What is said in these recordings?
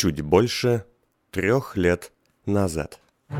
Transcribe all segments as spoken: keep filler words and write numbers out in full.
чуть больше трех лет назад.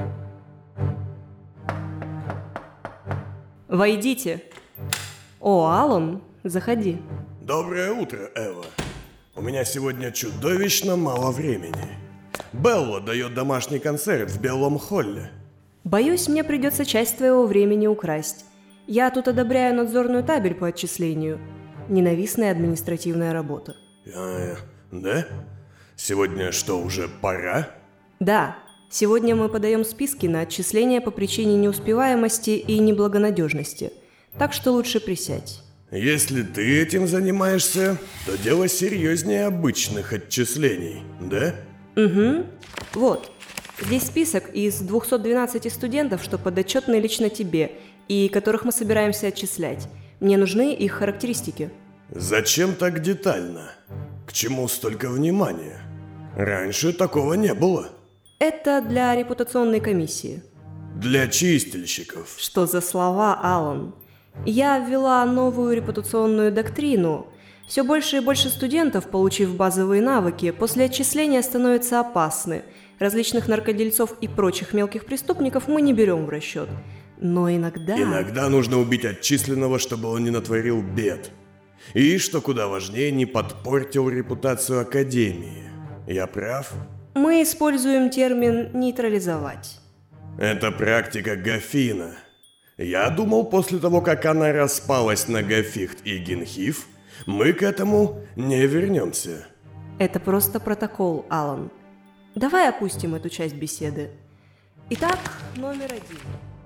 Войдите. О, Алан, заходи. Доброе утро, Эва. У меня сегодня чудовищно мало времени. Белла дает домашний концерт в Белом холле. Боюсь, мне придется часть твоего времени украсть. Я тут одобряю надзорную табель по отчислению. Ненавистная административная работа. А, да? Сегодня что, уже пора? Да. Сегодня мы подаем списки на отчисление по причине неуспеваемости и неблагонадежности. Так что лучше присядь. Если ты этим занимаешься, то дело серьезнее обычных отчислений, да? Угу. Вот. Здесь список из двухсот двенадцати студентов, что подотчетны лично тебе, и которых мы собираемся отчислять. Мне нужны их характеристики. Зачем так детально? К чему столько внимания? Раньше такого не было. Это для репутационной комиссии. Для чистильщиков. Что за слова, Алан? Я ввела новую репутационную доктрину. Все больше и больше студентов, получив базовые навыки, после отчисления становятся опасны. Различных наркодельцов и прочих мелких преступников мы не берем в расчет. Но иногда... Иногда нужно убить отчисленного, чтобы он не натворил бед. И, что куда важнее, не подпортил репутацию Академии. Я прав? Мы используем термин «нейтрализовать». Это практика Гафина. Я думал, после того, как она распалась на Гафихт и Генхиф, мы к этому не вернемся. Это просто протокол, Алан. Давай опустим эту часть беседы. Итак, номер один.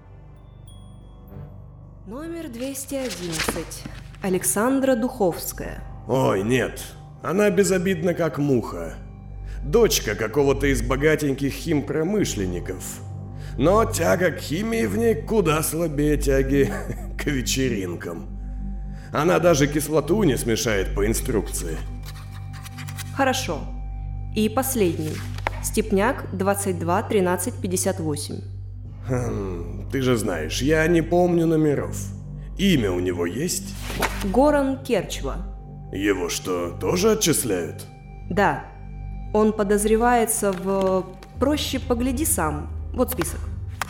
Номер двести одиннадцать. Александра Духовская. Ой, нет. Она безобидна, как муха. Дочка какого-то из богатеньких химпромышленников. Но тяга к химии в ней куда слабее тяги к вечеринкам. Она даже кислоту не смешает по инструкции. Хорошо. И последний. Степняк, двадцать два тринадцать пятьдесят восемь. Хм, ты же знаешь, я не помню номеров. Имя у него есть? Горан Керчва. Его что, тоже отчисляют? Да. Он подозревается в... Проще погляди сам. Вот список.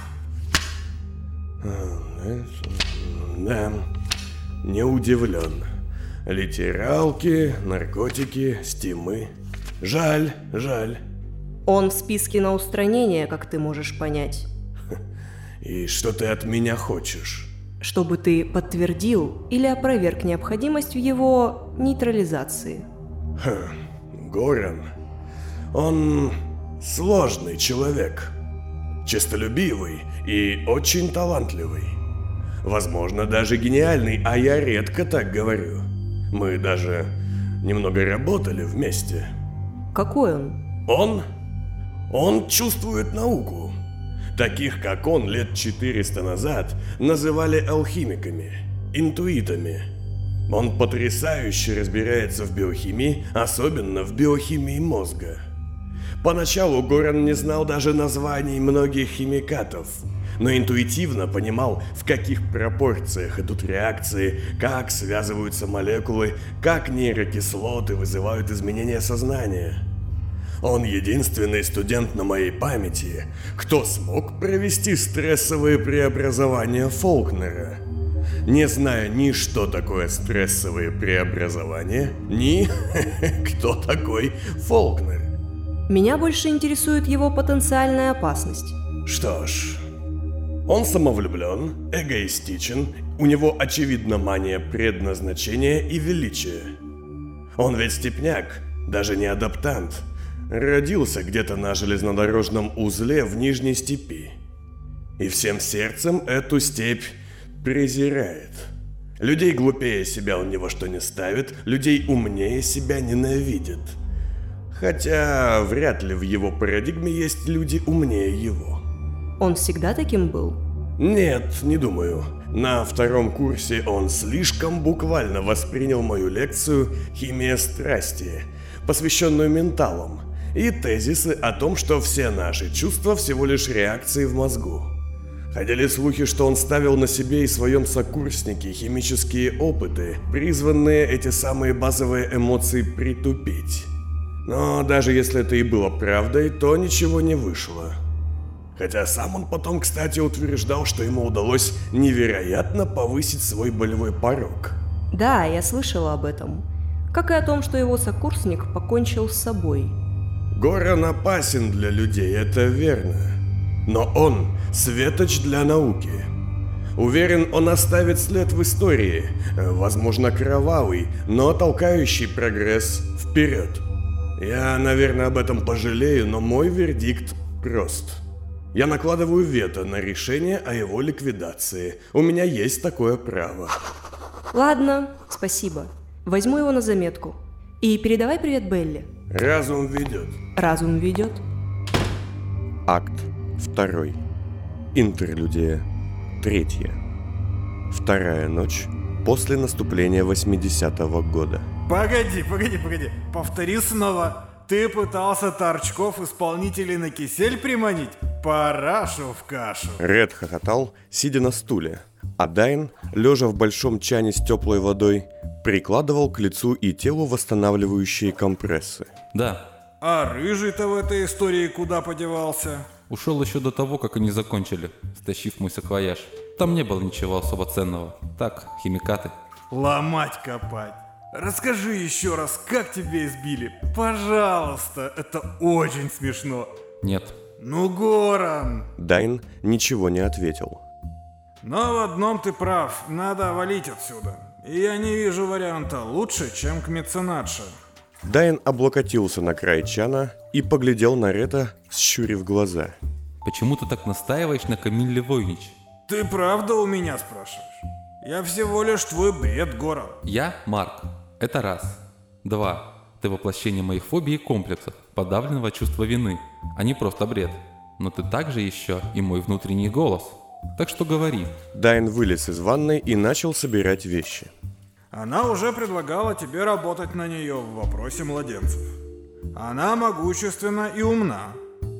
Да, не удивлен. Литералки, наркотики, стимы. Жаль, жаль. Он в списке на устранение, как ты можешь понять. И что ты от меня хочешь? Чтобы ты подтвердил или опроверг необходимость в его нейтрализации. Хм, Горан. Он сложный человек. Честолюбивый и очень талантливый. Возможно, даже гениальный, а я редко так говорю. Мы даже немного работали вместе. Какой он? Он? Он чувствует науку. Таких, как он, лет четыреста назад называли алхимиками, интуитами. Он потрясающе разбирается в биохимии, особенно в биохимии мозга. Поначалу Горан не знал даже названий многих химикатов, но интуитивно понимал, в каких пропорциях идут реакции, как связываются молекулы, как нейрокислоты вызывают изменения сознания. Он единственный студент на моей памяти, кто смог провести стрессовые преобразования Фолкнера. Не зная ни что такое стрессовые преобразования, ни кто такой Фолкнер. Меня больше интересует его потенциальная опасность. Что ж, он самовлюблен, эгоистичен, у него очевидна мания предназначения и величия. Он ведь степняк, даже не адаптант. Родился где-то на железнодорожном узле в Нижней степи. И всем сердцем эту степь презирает. Людей глупее себя он ни во что не ставит, людей умнее себя ненавидит. Хотя вряд ли в его парадигме есть люди умнее его. Он всегда таким был? Нет, не думаю. На втором курсе он слишком буквально воспринял мою лекцию «Химия страсти», посвященную менталам, и тезисы о том, что все наши чувства всего лишь реакции в мозгу. Ходили слухи, что он ставил на себе и своем сокурснике химические опыты, призванные эти самые базовые эмоции притупить. Но даже если это и было правдой, то ничего не вышло. Хотя сам он потом, кстати, утверждал, что ему удалось невероятно повысить свой болевой порог. Да, я слышала об этом. Как и о том, что его сокурсник покончил с собой. Горан опасен для людей, это верно. Но он светоч для науки. Уверен, он оставит след в истории, возможно, кровавый, но толкающий прогресс вперед. Я, наверное, об этом пожалею, но мой вердикт прост. Я накладываю вето на решение о его ликвидации. У меня есть такое право. Ладно, спасибо. Возьму его на заметку. И передавай привет Белли. Разум ведет. Разум ведет. Акт второй. Интерлюдия третья. Вторая ночь после наступления восьмидесятого года. Погоди, погоди, погоди. Повтори снова. Ты пытался торчков исполнителей на кисель приманить? Парашу в кашу. Ред хохотал, сидя на стуле, а Дайн, лежа в большом чане с теплой водой, прикладывал к лицу и телу восстанавливающие компрессы. Да. А рыжий-то в этой истории куда подевался? Ушел еще до того, как они закончили, стащив мой саквояж. Там не было ничего особо ценного. Так, химикаты. Ломать копать. Расскажи еще раз, как тебя избили. Пожалуйста, это очень смешно. Нет. Ну, Горан. Дайн ничего не ответил. Но в одном ты прав, надо валить отсюда. И я не вижу варианта лучше, чем к меценатше. Дайн облокотился на край чана и поглядел на Реда, щурив глаза. Почему ты так настаиваешь на Камилле Войнич? Ты правда у меня спрашиваешь? Я всего лишь твой бред, Горан. Я Марк. Это раз. Два. Ты воплощение моих фобий и комплексов, подавленного чувства вины, а не просто бред. Но ты также еще и мой внутренний голос. Так что говори. Дайн вылез из ванной и начал собирать вещи. Она уже предлагала тебе работать на нее в вопросе младенцев. Она могущественна и умна.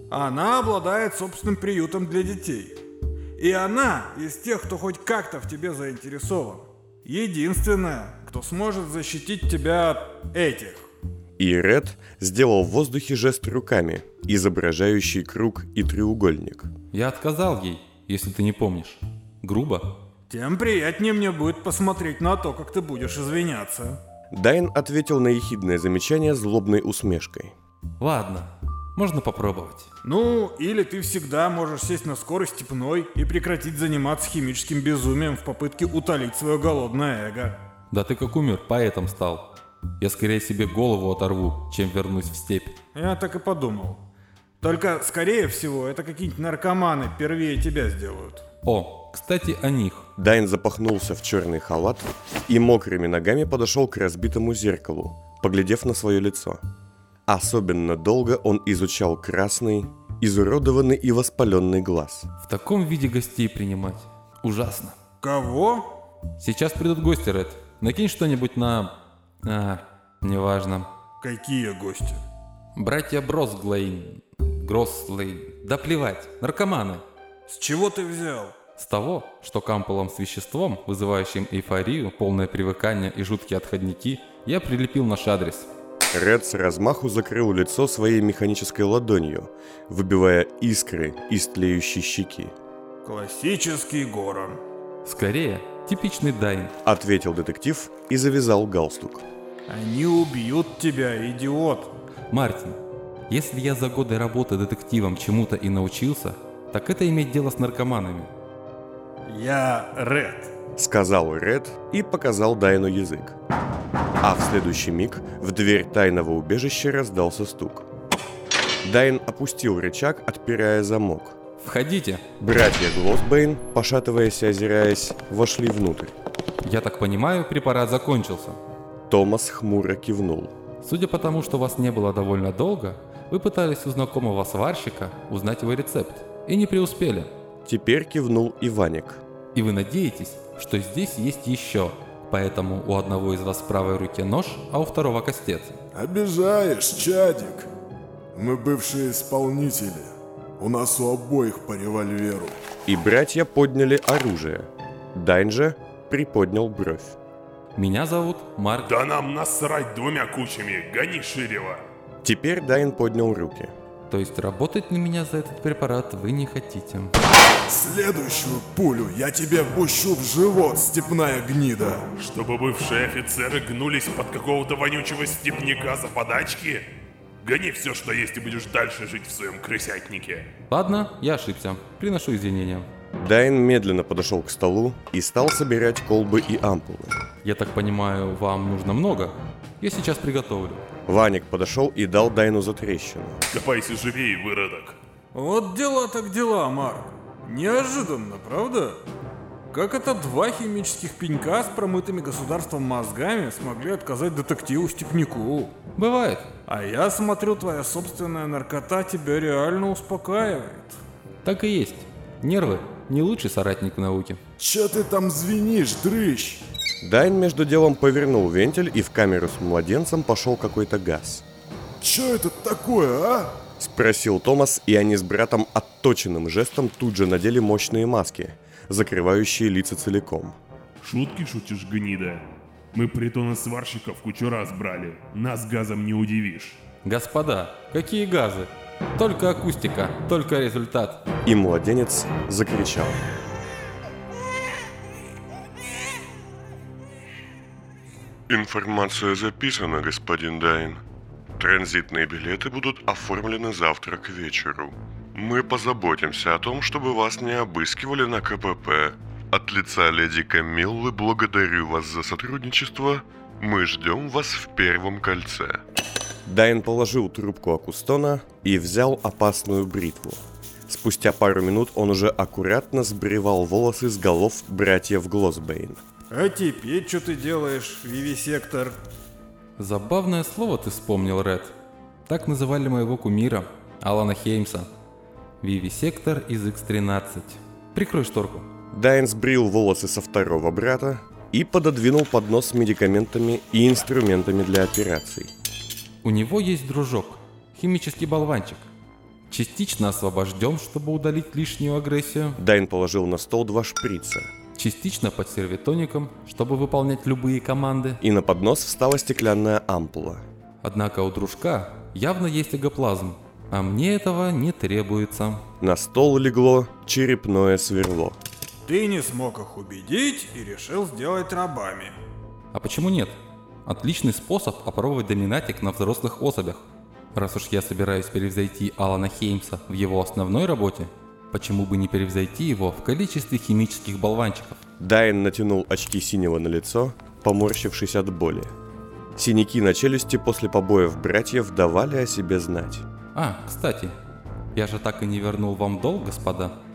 Она обладает собственным приютом для детей. И она из тех, кто хоть как-то в тебе заинтересован. Единственная, кто сможет защитить тебя от этих. И Ред сделал в воздухе жест руками, изображающий круг и треугольник. Я отказал ей, если ты не помнишь. Грубо. Тем приятнее мне будет посмотреть на то, как ты будешь извиняться. Дайн ответил на ехидное замечание злобной усмешкой. Ладно, можно попробовать. Ну, или ты всегда можешь сесть на скорость степной и прекратить заниматься химическим безумием в попытке утолить свое голодное эго. Да ты как умер, поэтом стал. Я скорее себе голову оторву, чем вернусь в степь. Я так и подумал. Только, скорее всего, это какие-нибудь наркоманы первее тебя сделают. О, кстати, о них. Дайн запахнулся в черный халат и мокрыми ногами подошел к разбитому зеркалу, поглядев на свое лицо. Особенно долго он изучал красный, изуродованный и воспаленный глаз. В таком виде гостей принимать. Ужасно. Кого? Сейчас придут гости, Ред. Накинь что-нибудь на... А, неважно. Какие гости? Братья Бросглейн, Гросслейн. Да плевать, наркоманы. С чего ты взял? С того, что к ампулам с веществом, вызывающим эйфорию, полное привыкание и жуткие отходники, я прилепил наш адрес. Ред с размаху закрыл лицо своей механической ладонью, выбивая искры из тлеющей щеки. Классический Горан. Скорее, типичный Дайн, Ответил детектив и завязал галстук. Они убьют тебя, идиот. Мартин, если я за годы работы детективом чему-то и научился, так это иметь дело с наркоманами. Я Ред. Сказал Ред и показал Дайну язык. А в следующий миг в дверь тайного убежища раздался стук. Дайн опустил рычаг, отпирая замок. Входите. Братья Глосбейн, пошатываясь и озираясь, вошли внутрь. Я так понимаю, препарат закончился. Томас хмуро кивнул. Судя по тому, что вас не было довольно долго, вы пытались у знакомого сварщика узнать его рецепт и не преуспели. Теперь кивнул и Ваник. И вы надеетесь, что здесь есть еще. Поэтому у одного из вас в правой руке нож, а у второго кастет. Обижаешь, чадик. Мы бывшие исполнители. У нас у обоих по револьверу. И братья подняли оружие. Дайн же приподнял бровь. Меня зовут Марк. Да нам насрать двумя кучами, гони Ширева. Теперь Дайн поднял руки. То есть работать на меня за этот препарат вы не хотите? Следующую пулю я тебе пущу в живот, степная гнида. Чтобы бывшие офицеры гнулись под какого-то вонючего степняка за подачки? Гони все, что есть, и будешь дальше жить в своем крысятнике. Ладно, я ошибся. Приношу извинения. Дайн медленно подошел к столу и стал собирать колбы и ампулы. Я так понимаю, вам нужно много? Я сейчас приготовлю. Ваник подошел и дал Дайну затрещину. Копайся живее, выродок. Вот дела так дела, Марк. Неожиданно, правда? Как это два химических пенька с промытыми государством мозгами смогли отказать детективу-степняку? Бывает. А я смотрю, твоя собственная наркота тебя реально успокаивает. Так и есть. Нервы – не лучший соратник в науке. Че ты там звенишь, дрыщ? Дайн между делом повернул вентиль, и в камеру с младенцем пошел какой-то газ. Че это такое, а? Спросил Томас, и они с братом отточенным жестом тут же надели мощные маски, закрывающие лица целиком. Шутки шутишь, гнида? Мы притоны сварщиков кучу раз брали. Нас газом не удивишь. Господа, какие газы? Только акустика, только результат. И младенец закричал. Информация записана, господин Дайн. Транзитные билеты будут оформлены завтра к вечеру. Мы позаботимся о том, чтобы вас не обыскивали на ка пэ пэ. От лица леди Камиллы благодарю вас за сотрудничество. Мы ждем вас в первом кольце. Дайн положил трубку Акустона и взял опасную бритву. Спустя пару минут он уже аккуратно сбривал волосы с голов братьев Глосбейн. А теперь что ты делаешь, Вивисектор? Забавное слово ты вспомнил, Ред. Так называли моего кумира, Алана Хеймса. Вивисектор из икс тринадцать. Прикрой шторку. Дайн сбрил волосы со второго брата и пододвинул поднос с медикаментами и инструментами для операций. У него есть дружок, химический болванчик. Частично освобожден, чтобы удалить лишнюю агрессию. Дайн положил на стол два шприца. Частично под сервитоником, чтобы выполнять любые команды. И на поднос встала стеклянная ампула. Однако у дружка явно есть эгоплазм, а мне этого не требуется. На стол легло черепное сверло. Ты не смог их убедить и решил сделать рабами. А почему нет? Отличный способ опробовать доминатик на взрослых особях. Раз уж я собираюсь превзойти Алана Хеймса в его основной работе, почему бы не превзойти его в количестве химических болванчиков? Дайн натянул очки синего на лицо, поморщившись от боли. Синяки на челюсти после побоев братьев давали о себе знать. А, кстати, я же так и не вернул вам долг, господа.